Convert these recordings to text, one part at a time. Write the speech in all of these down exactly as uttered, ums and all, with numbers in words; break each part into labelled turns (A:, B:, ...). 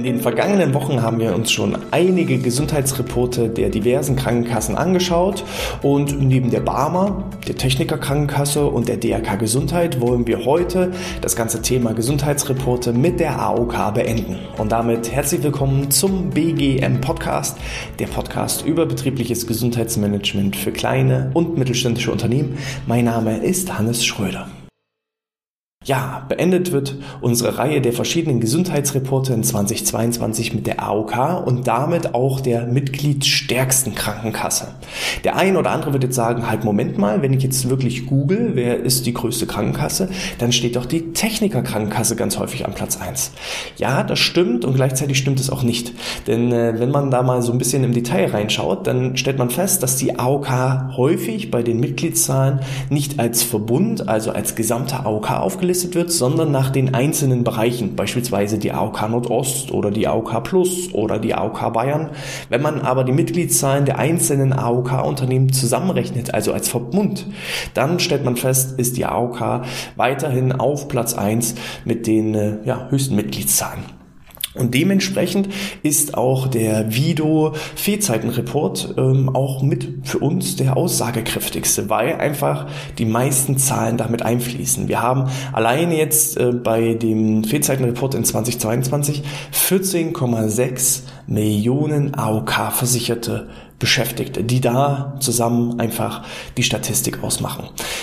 A: den vergangenen Wochen haben wir uns schon einige Gesundheitsreporte der diversen Krankenkassen angeschaut und neben der Barmer, der Techniker Krankenkasse und der D R K Gesundheit wollen wir heute das ganze Thema Gesundheitsreporte mit der A O K beenden. Und damit herzlich willkommen zum B G M Podcast, der Podcast über betriebliches Gesundheitsmanagement für kleine und mittelständische Unternehmen. Mein Name ist Hannes Schröder. Ja, beendet wird unsere Reihe der verschiedenen Gesundheitsreporte in zweitausendzweiundzwanzig mit der A O K und damit auch der mitgliedsstärksten Krankenkasse. Der ein oder andere wird jetzt sagen, halt Moment mal, wenn ich jetzt wirklich google, wer ist die größte Krankenkasse, dann steht doch die Techniker Krankenkasse ganz häufig am Platz eins. Ja, das stimmt und gleichzeitig stimmt es auch nicht. Denn äh, wenn man da mal so ein bisschen im Detail reinschaut, dann stellt man fest, dass die A O K häufig bei den Mitgliedszahlen nicht als Verbund, also als gesamte A O K aufgelistet wird, sondern nach den einzelnen Bereichen, beispielsweise die A O K Nordost oder die A O K Plus oder die A O K Bayern. Wenn man aber die Mitgliedszahlen der einzelnen A O K-Unternehmen zusammenrechnet, also als Verbund, dann stellt man fest, ist die A O K weiterhin auf Platz eins mit den äh, ja, höchsten Mitgliedszahlen. Und dementsprechend ist auch der Vido-Fehlzeitenreport ähm, auch mit für uns der aussagekräftigste, weil einfach die meisten Zahlen damit einfließen. Wir haben alleine jetzt äh, bei dem Fehlzeitenreport in zweitausendzweiundzwanzig vierzehn Komma sechs Millionen A O K-Versicherte Beschäftigte, die da zusammen einfach die Statistik ausmachen.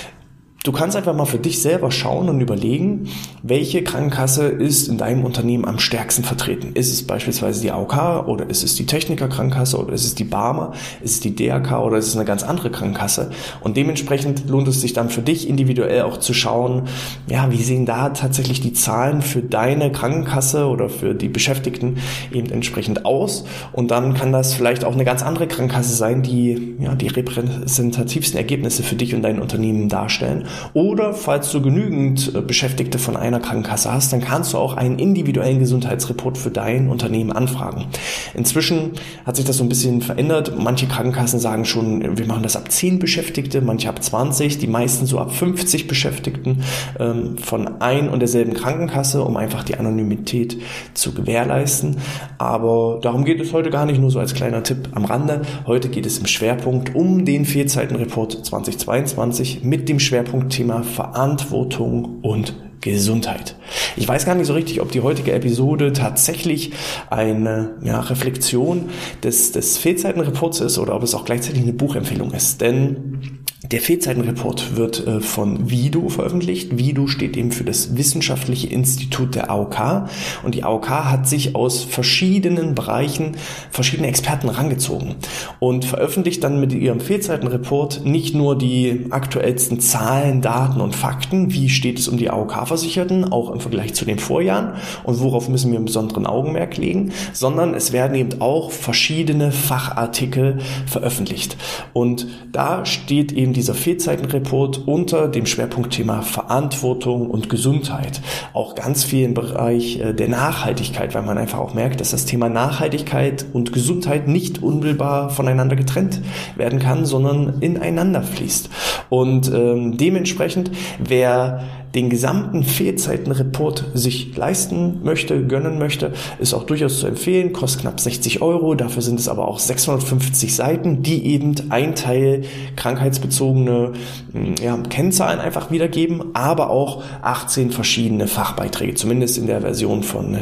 A: Du kannst einfach mal für dich selber schauen und überlegen, welche Krankenkasse ist in deinem Unternehmen am stärksten vertreten. Ist es beispielsweise die A O K oder ist es die Techniker Krankenkasse oder ist es die Barmer, ist es die D R K oder ist es eine ganz andere Krankenkasse? Und dementsprechend lohnt es sich dann für dich individuell auch zu schauen, ja, wie sehen da tatsächlich die Zahlen für deine Krankenkasse oder für die Beschäftigten eben entsprechend aus? Und dann kann das vielleicht auch eine ganz andere Krankenkasse sein, die ja die repräsentativsten Ergebnisse für dich und dein Unternehmen darstellen. Oder falls du genügend Beschäftigte von einer Krankenkasse hast, dann kannst du auch einen individuellen Gesundheitsreport für dein Unternehmen anfragen. Inzwischen hat sich das so ein bisschen verändert. Manche Krankenkassen sagen schon, wir machen das ab zehn Beschäftigte, manche ab zwanzig, die meisten so ab fünfzig Beschäftigten ähm, von ein und derselben Krankenkasse, um einfach die Anonymität zu gewährleisten. Aber darum geht es heute gar nicht, nur so als kleiner Tipp am Rande. Heute geht es im Schwerpunkt um den Fehlzeitenreport zweitausendzweiundzwanzig mit dem Schwerpunkt Thema Verantwortung und Gesundheit. Ich weiß gar nicht so richtig, ob die heutige Episode tatsächlich eine ja, Reflexion des, des Fehlzeitenreports ist oder ob es auch gleichzeitig eine Buchempfehlung ist. Denn der Fehlzeitenreport wird äh, von Vido veröffentlicht. Vido steht eben für das Wissenschaftliche Institut der A O K und die A O K hat sich aus verschiedenen Bereichen verschiedene Experten rangezogen und veröffentlicht dann mit ihrem Fehlzeitenreport nicht nur die aktuellsten Zahlen, Daten und Fakten, wie steht es um die A O K-Versicherten, auch im Vergleich zu den Vorjahren und worauf müssen wir einen besonderen Augenmerk legen, sondern es werden eben auch verschiedene Fachartikel veröffentlicht. Und da steht eben dieser Fehlzeitenreport unter dem Schwerpunktthema Verantwortung und Gesundheit. Auch ganz viel im Bereich der Nachhaltigkeit, weil man einfach auch merkt, dass das Thema Nachhaltigkeit und Gesundheit nicht unmittelbar voneinander getrennt werden kann, sondern ineinander fließt. Und ähm, dementsprechend, wer den gesamten Fehlzeitenreport sich leisten möchte, gönnen möchte, ist auch durchaus zu empfehlen, kostet knapp sechzig Euro, dafür sind es aber auch sechshundertfünfzig Seiten, die eben ein Teil krankheitsbezogene ja, Kennzahlen einfach wiedergeben, aber auch achtzehn verschiedene Fachbeiträge, zumindest in der Version von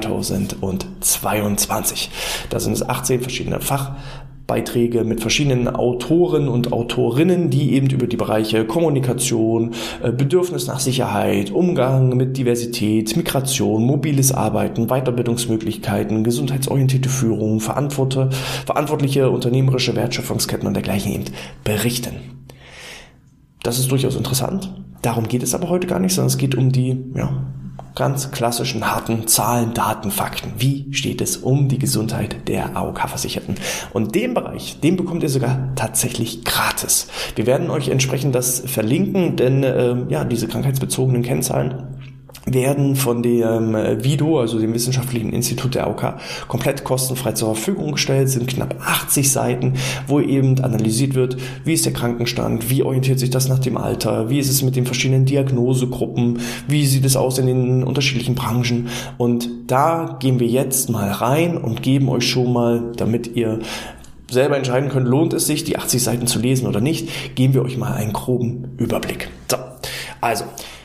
A: zweitausendzweiundzwanzig. Da sind es achtzehn verschiedene Fachbeiträge, Beiträge mit verschiedenen Autoren und Autorinnen, die eben über die Bereiche Kommunikation, Bedürfnis nach Sicherheit, Umgang mit Diversität, Migration, mobiles Arbeiten, Weiterbildungsmöglichkeiten, gesundheitsorientierte Führung, verantwortliche unternehmerische Wertschöpfungsketten und dergleichen eben berichten. Das ist durchaus interessant. Darum geht es aber heute gar nicht, sondern es geht um die, ja, ganz klassischen, harten Zahlen, Daten, Fakten. Wie steht es um die Gesundheit der A O K-Versicherten? Und den Bereich, den bekommt ihr sogar tatsächlich gratis. Wir werden euch entsprechend das verlinken, denn äh, ja, diese krankheitsbezogenen Kennzahlen werden von dem VIDO, also dem Wissenschaftlichen Institut der A O K, komplett kostenfrei zur Verfügung gestellt, sind knapp achtzig Seiten, wo eben analysiert wird, wie ist der Krankenstand, wie orientiert sich das nach dem Alter, wie ist es mit den verschiedenen Diagnosegruppen, wie sieht es aus in den unterschiedlichen Branchen, und da gehen wir jetzt mal rein und geben euch schon mal, damit ihr selber entscheiden könnt, lohnt es sich, die achtzig Seiten zu lesen oder nicht, geben wir euch mal einen groben Überblick. So, also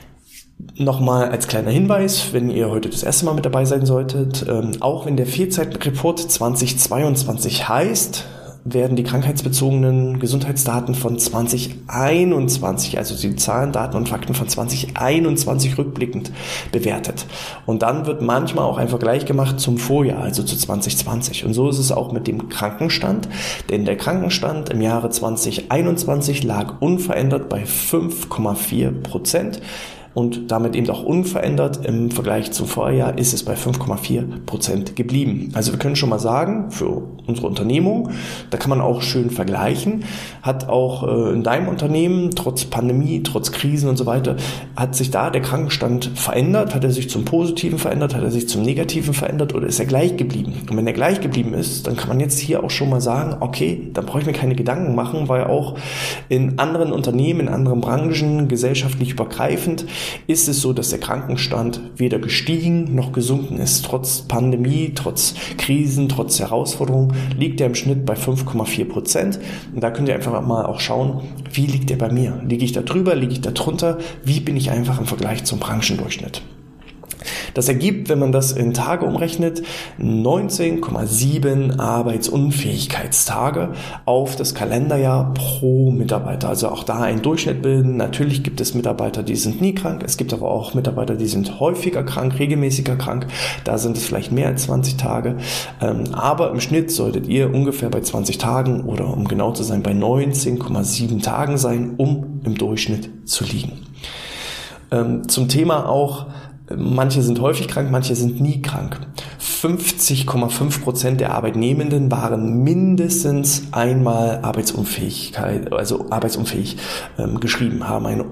A: nochmal als kleiner Hinweis, wenn ihr heute das erste Mal mit dabei sein solltet, ähm, auch wenn der Fehlzeitenreport zweitausendzweiundzwanzig heißt, werden die krankheitsbezogenen Gesundheitsdaten von zwanzig einundzwanzig, also die Zahlen, Daten und Fakten von zwanzig einundzwanzig rückblickend bewertet. Und dann wird manchmal auch ein Vergleich gemacht zum Vorjahr, also zu zwanzig zwanzig. Und so ist es auch mit dem Krankenstand, denn der Krankenstand im Jahre zwanzig einundzwanzig lag unverändert bei fünf Komma vier Prozent. Und damit eben auch unverändert im Vergleich zum Vorjahr ist es bei fünf Komma vier Prozent geblieben. Also wir können schon mal sagen, für unsere Unternehmung, da kann man auch schön vergleichen, hat auch äh, in deinem Unternehmen trotz Pandemie, trotz Krisen und so weiter, hat sich da der Krankenstand verändert, hat er sich zum Positiven verändert, hat er sich zum Negativen verändert oder ist er gleich geblieben? Und wenn er gleich geblieben ist, dann kann man jetzt hier auch schon mal sagen, okay, dann brauche ich mir keine Gedanken machen, weil auch in anderen Unternehmen, in anderen Branchen, gesellschaftlich übergreifend, ist es so, dass der Krankenstand weder gestiegen noch gesunken ist. Trotz Pandemie, trotz Krisen, trotz Herausforderungen liegt er im Schnitt bei fünf Komma vier Prozent. Und da könnt ihr einfach mal auch schauen, wie liegt er bei mir? Liege ich da drüber, liege ich da drunter? Wie bin ich einfach im Vergleich zum Branchendurchschnitt? Das ergibt, wenn man das in Tage umrechnet, neunzehn Komma sieben Arbeitsunfähigkeitstage auf das Kalenderjahr pro Mitarbeiter. Also auch da einen Durchschnitt bilden. Natürlich gibt es Mitarbeiter, die sind nie krank. Es gibt aber auch Mitarbeiter, die sind häufiger krank, regelmäßiger krank. Da sind es vielleicht mehr als zwanzig Tage. Aber im Schnitt solltet ihr ungefähr bei zwanzig Tagen oder um genau zu sein bei neunzehn Komma sieben Tagen sein, um im Durchschnitt zu liegen. Zum Thema auch, manche sind häufig krank, manche sind nie krank. fünfzig Komma fünf Prozent der Arbeitnehmenden waren mindestens einmal Arbeitsunfähigkeit, also arbeitsunfähig ähm, geschrieben, haben eine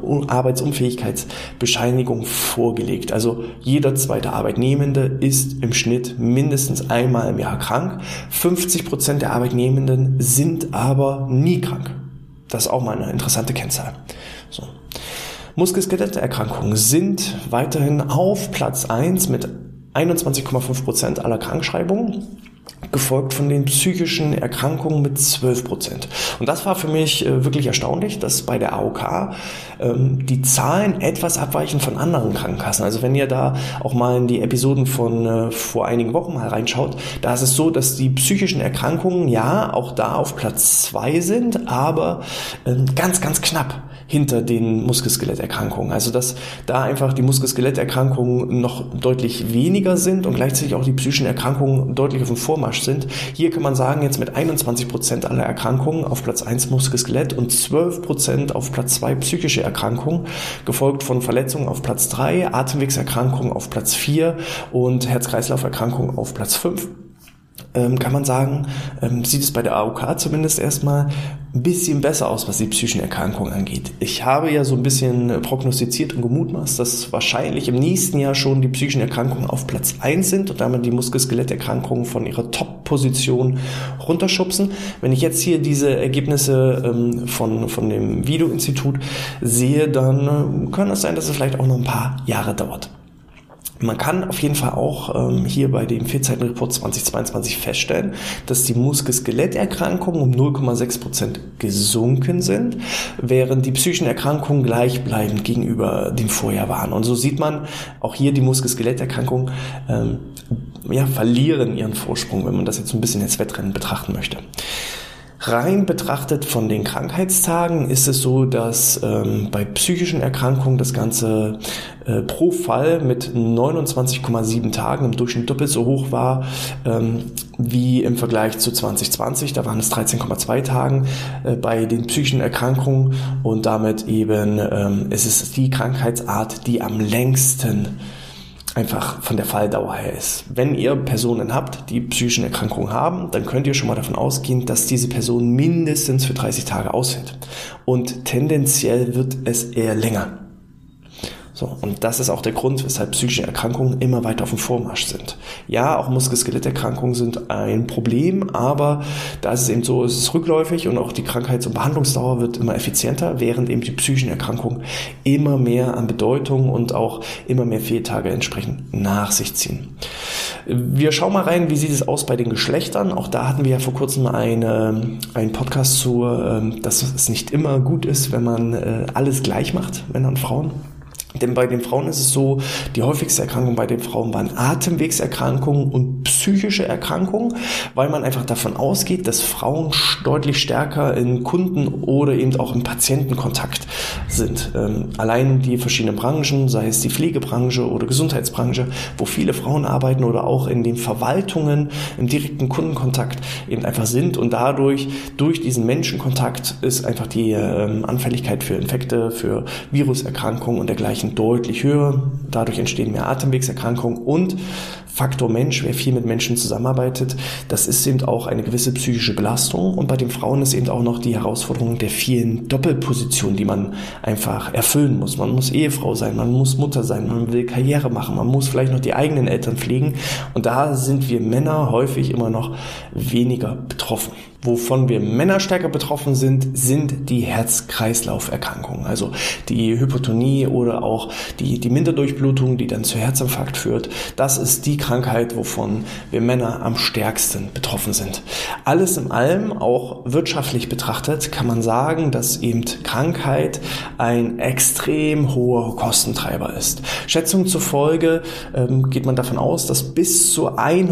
A: Arbeitsunfähigkeitsbescheinigung vorgelegt. Also jeder zweite Arbeitnehmende ist im Schnitt mindestens einmal im Jahr krank. fünfzig Prozent der Arbeitnehmenden sind aber nie krank. Das ist auch mal eine interessante Kennzahl. So. Muskel-Skelett-Erkrankungen sind weiterhin auf Platz eins mit einundzwanzig Komma fünf Prozent aller Krankschreibungen, gefolgt von den psychischen Erkrankungen mit zwölf Prozent. Und das war für mich äh, wirklich erstaunlich, dass bei der A O K ähm, die Zahlen etwas abweichen von anderen Krankenkassen. Also wenn ihr da auch mal in die Episoden von äh, vor einigen Wochen mal reinschaut, da ist es so, dass die psychischen Erkrankungen ja auch da auf Platz zwei sind, aber äh, ganz, ganz knapp hinter den Muskel-Skelett-Erkrankungen. Also dass da einfach die Muskel-Skelett-Erkrankungen noch deutlich weniger sind und gleichzeitig auch die psychischen Erkrankungen deutlich auf dem Vormarsch sind. Hier kann man sagen, jetzt mit einundzwanzig Prozent aller Erkrankungen auf Platz eins Muskel-Skelett und zwölf Prozent auf Platz zwei psychische Erkrankungen, gefolgt von Verletzungen auf Platz drei, Atemwegserkrankungen auf Platz vier und Herz-Kreislauf-Erkrankungen auf Platz fünf. Ähm, kann man sagen, ähm, sieht es bei der A O K zumindest erstmal ein bisschen besser aus, was die psychischen Erkrankungen angeht. Ich habe ja so ein bisschen prognostiziert und gemutmaßt, dass wahrscheinlich im nächsten Jahr schon die psychischen Erkrankungen auf Platz eins sind und damit die Muskel-Skelett-Erkrankungen von ihrer Top-Position runterschubsen. Wenn ich jetzt hier diese Ergebnisse ähm, von, von dem VIDO-Institut sehe, dann äh, kann es sein, dass es vielleicht auch noch ein paar Jahre dauert. Man kann auf jeden Fall auch ähm, hier bei dem Fehlzeitenreport zweitausendzweiundzwanzig feststellen, dass die Muskel-Skelett-Erkrankungen um null Komma sechs Prozent gesunken sind, während die psychischen Erkrankungen gleichbleibend gegenüber dem Vorjahr waren. Und so sieht man auch hier, die Muskel-Skelett-Erkrankungen ähm, ja, verlieren ihren Vorsprung, wenn man das jetzt ein bisschen als Wettrennen betrachten möchte. Rein betrachtet von den Krankheitstagen ist es so, dass ähm, bei psychischen Erkrankungen das Ganze äh, pro Fall mit neunundzwanzig Komma sieben Tagen im Durchschnitt doppelt so hoch war ähm, wie im Vergleich zu zwanzig zwanzig. Da waren es dreizehn Komma zwei Tagen äh, bei den psychischen Erkrankungen und damit eben ähm, es ist die Krankheitsart, die am längsten einfach von der Falldauer her ist. Wenn ihr Personen habt, die psychische Erkrankungen haben, dann könnt ihr schon mal davon ausgehen, dass diese Person mindestens für dreißig Tage ausfällt. Und tendenziell wird es eher länger. So, und das ist auch der Grund, weshalb psychische Erkrankungen immer weiter auf dem Vormarsch sind. Ja, auch Muskel-Skelett-Erkrankungen sind ein Problem, aber da ist es eben so, es ist rückläufig und auch die Krankheits- und Behandlungsdauer wird immer effizienter, während eben die psychischen Erkrankungen immer mehr an Bedeutung und auch immer mehr Fehltage entsprechend nach sich ziehen. Wir schauen mal rein, wie sieht es aus bei den Geschlechtern. Auch da hatten wir ja vor kurzem eine, einen Podcast zu, dass es nicht immer gut ist, wenn man alles gleich macht, Männer und Frauen. Denn bei den Frauen ist es so, die häufigste Erkrankung bei den Frauen waren Atemwegserkrankungen und psychische Erkrankungen, weil man einfach davon ausgeht, dass Frauen deutlich stärker in Kunden- oder eben auch im Patientenkontakt sind. Ähm, allein die verschiedenen Branchen, sei es die Pflegebranche oder Gesundheitsbranche, wo viele Frauen arbeiten oder auch in den Verwaltungen im direkten Kundenkontakt eben einfach sind und dadurch, durch diesen Menschenkontakt ist einfach die ähm, Anfälligkeit für Infekte, für Viruserkrankungen und dergleichen deutlich höher. Dadurch entstehen mehr Atemwegserkrankungen und Faktor Mensch, wer viel mit Menschen zusammenarbeitet, das ist eben auch eine gewisse psychische Belastung. Und bei den Frauen ist eben auch noch die Herausforderung der vielen Doppelpositionen, die man einfach erfüllen muss. Man muss Ehefrau sein, man muss Mutter sein, man will Karriere machen, man muss vielleicht noch die eigenen Eltern pflegen. Und da sind wir Männer häufig immer noch weniger betroffen. Wovon wir Männer stärker betroffen sind, sind die Herz-Kreislauf-Erkrankungen. Also die Hypotonie oder auch die, die Minderdurchblutung, die dann zu Herzinfarkt führt. Das ist die Krankheit, wovon wir Männer am stärksten betroffen sind. Alles in allem, auch wirtschaftlich betrachtet, kann man sagen, dass eben Krankheit ein extrem hoher Kostentreiber ist. Schätzungen zufolge ähm, geht man davon aus, dass bis zu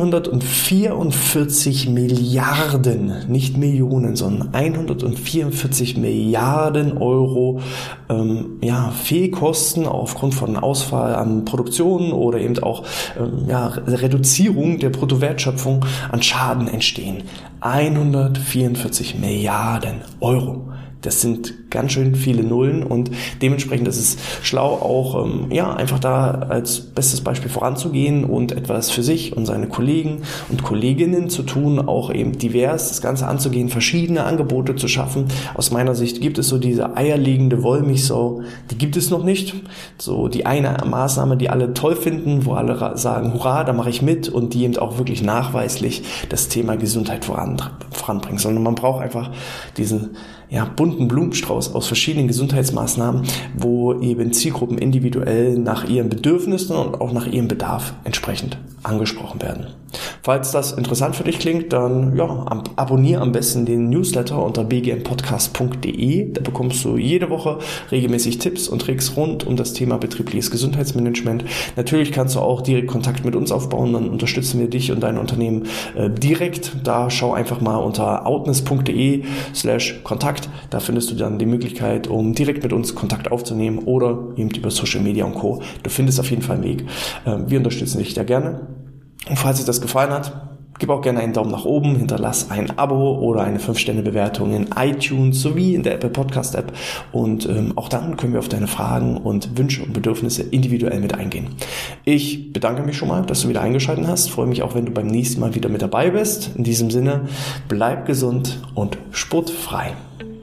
A: hundertvierundvierzig Milliarden, nicht Millionen, sondern hundertvierundvierzig Milliarden Euro ähm, ja, Fehlkosten aufgrund von Ausfall an Produktionen oder eben auch ähm, ja, Reduzierung der Bruttowertschöpfung an Schaden entstehen. hundertvierundvierzig Milliarden Euro. Das sind ganz schön viele Nullen und dementsprechend ist es schlau auch, ähm, ja, einfach da als bestes Beispiel voranzugehen und etwas für sich und seine Kollegen und Kolleginnen zu tun, auch eben divers das Ganze anzugehen, verschiedene Angebote zu schaffen. Aus meiner Sicht gibt es so diese eierlegende Wollmilchsau, die gibt es noch nicht. So die eine Maßnahme, die alle toll finden, wo alle sagen, hurra, da mache ich mit und die eben auch wirklich nachweislich das Thema Gesundheit voran, voranbringt, sondern man braucht einfach diesen ja, bunten Blumenstrauß aus verschiedenen Gesundheitsmaßnahmen, wo eben Zielgruppen individuell nach ihren Bedürfnissen und auch nach ihrem Bedarf entsprechend angesprochen werden. Falls das interessant für dich klingt, dann ja, ab- abonniere am besten den Newsletter unter b g m podcast punkt d e. Da bekommst du jede Woche regelmäßig Tipps und Tricks rund um das Thema betriebliches Gesundheitsmanagement. Natürlich kannst du auch direkt Kontakt mit uns aufbauen, dann unterstützen wir dich und dein Unternehmen äh, direkt. Da schau einfach mal unter outness punkt d e slash Kontakt. Da findest du dann die Möglichkeit, um direkt mit uns Kontakt aufzunehmen oder eben über Social Media und Co. Du findest auf jeden Fall einen Weg. Äh, wir unterstützen dich da gerne. Und falls dir das gefallen hat, gib auch gerne einen Daumen nach oben, hinterlass ein Abo oder eine fünf Sterne Bewertung in iTunes sowie in der Apple Podcast App und ähm, auch dann können wir auf deine Fragen und Wünsche und Bedürfnisse individuell mit eingehen. Ich bedanke mich schon mal, dass du wieder eingeschaltet hast, freue mich auch, wenn du beim nächsten Mal wieder mit dabei bist. In diesem Sinne, bleib gesund und sportfrei.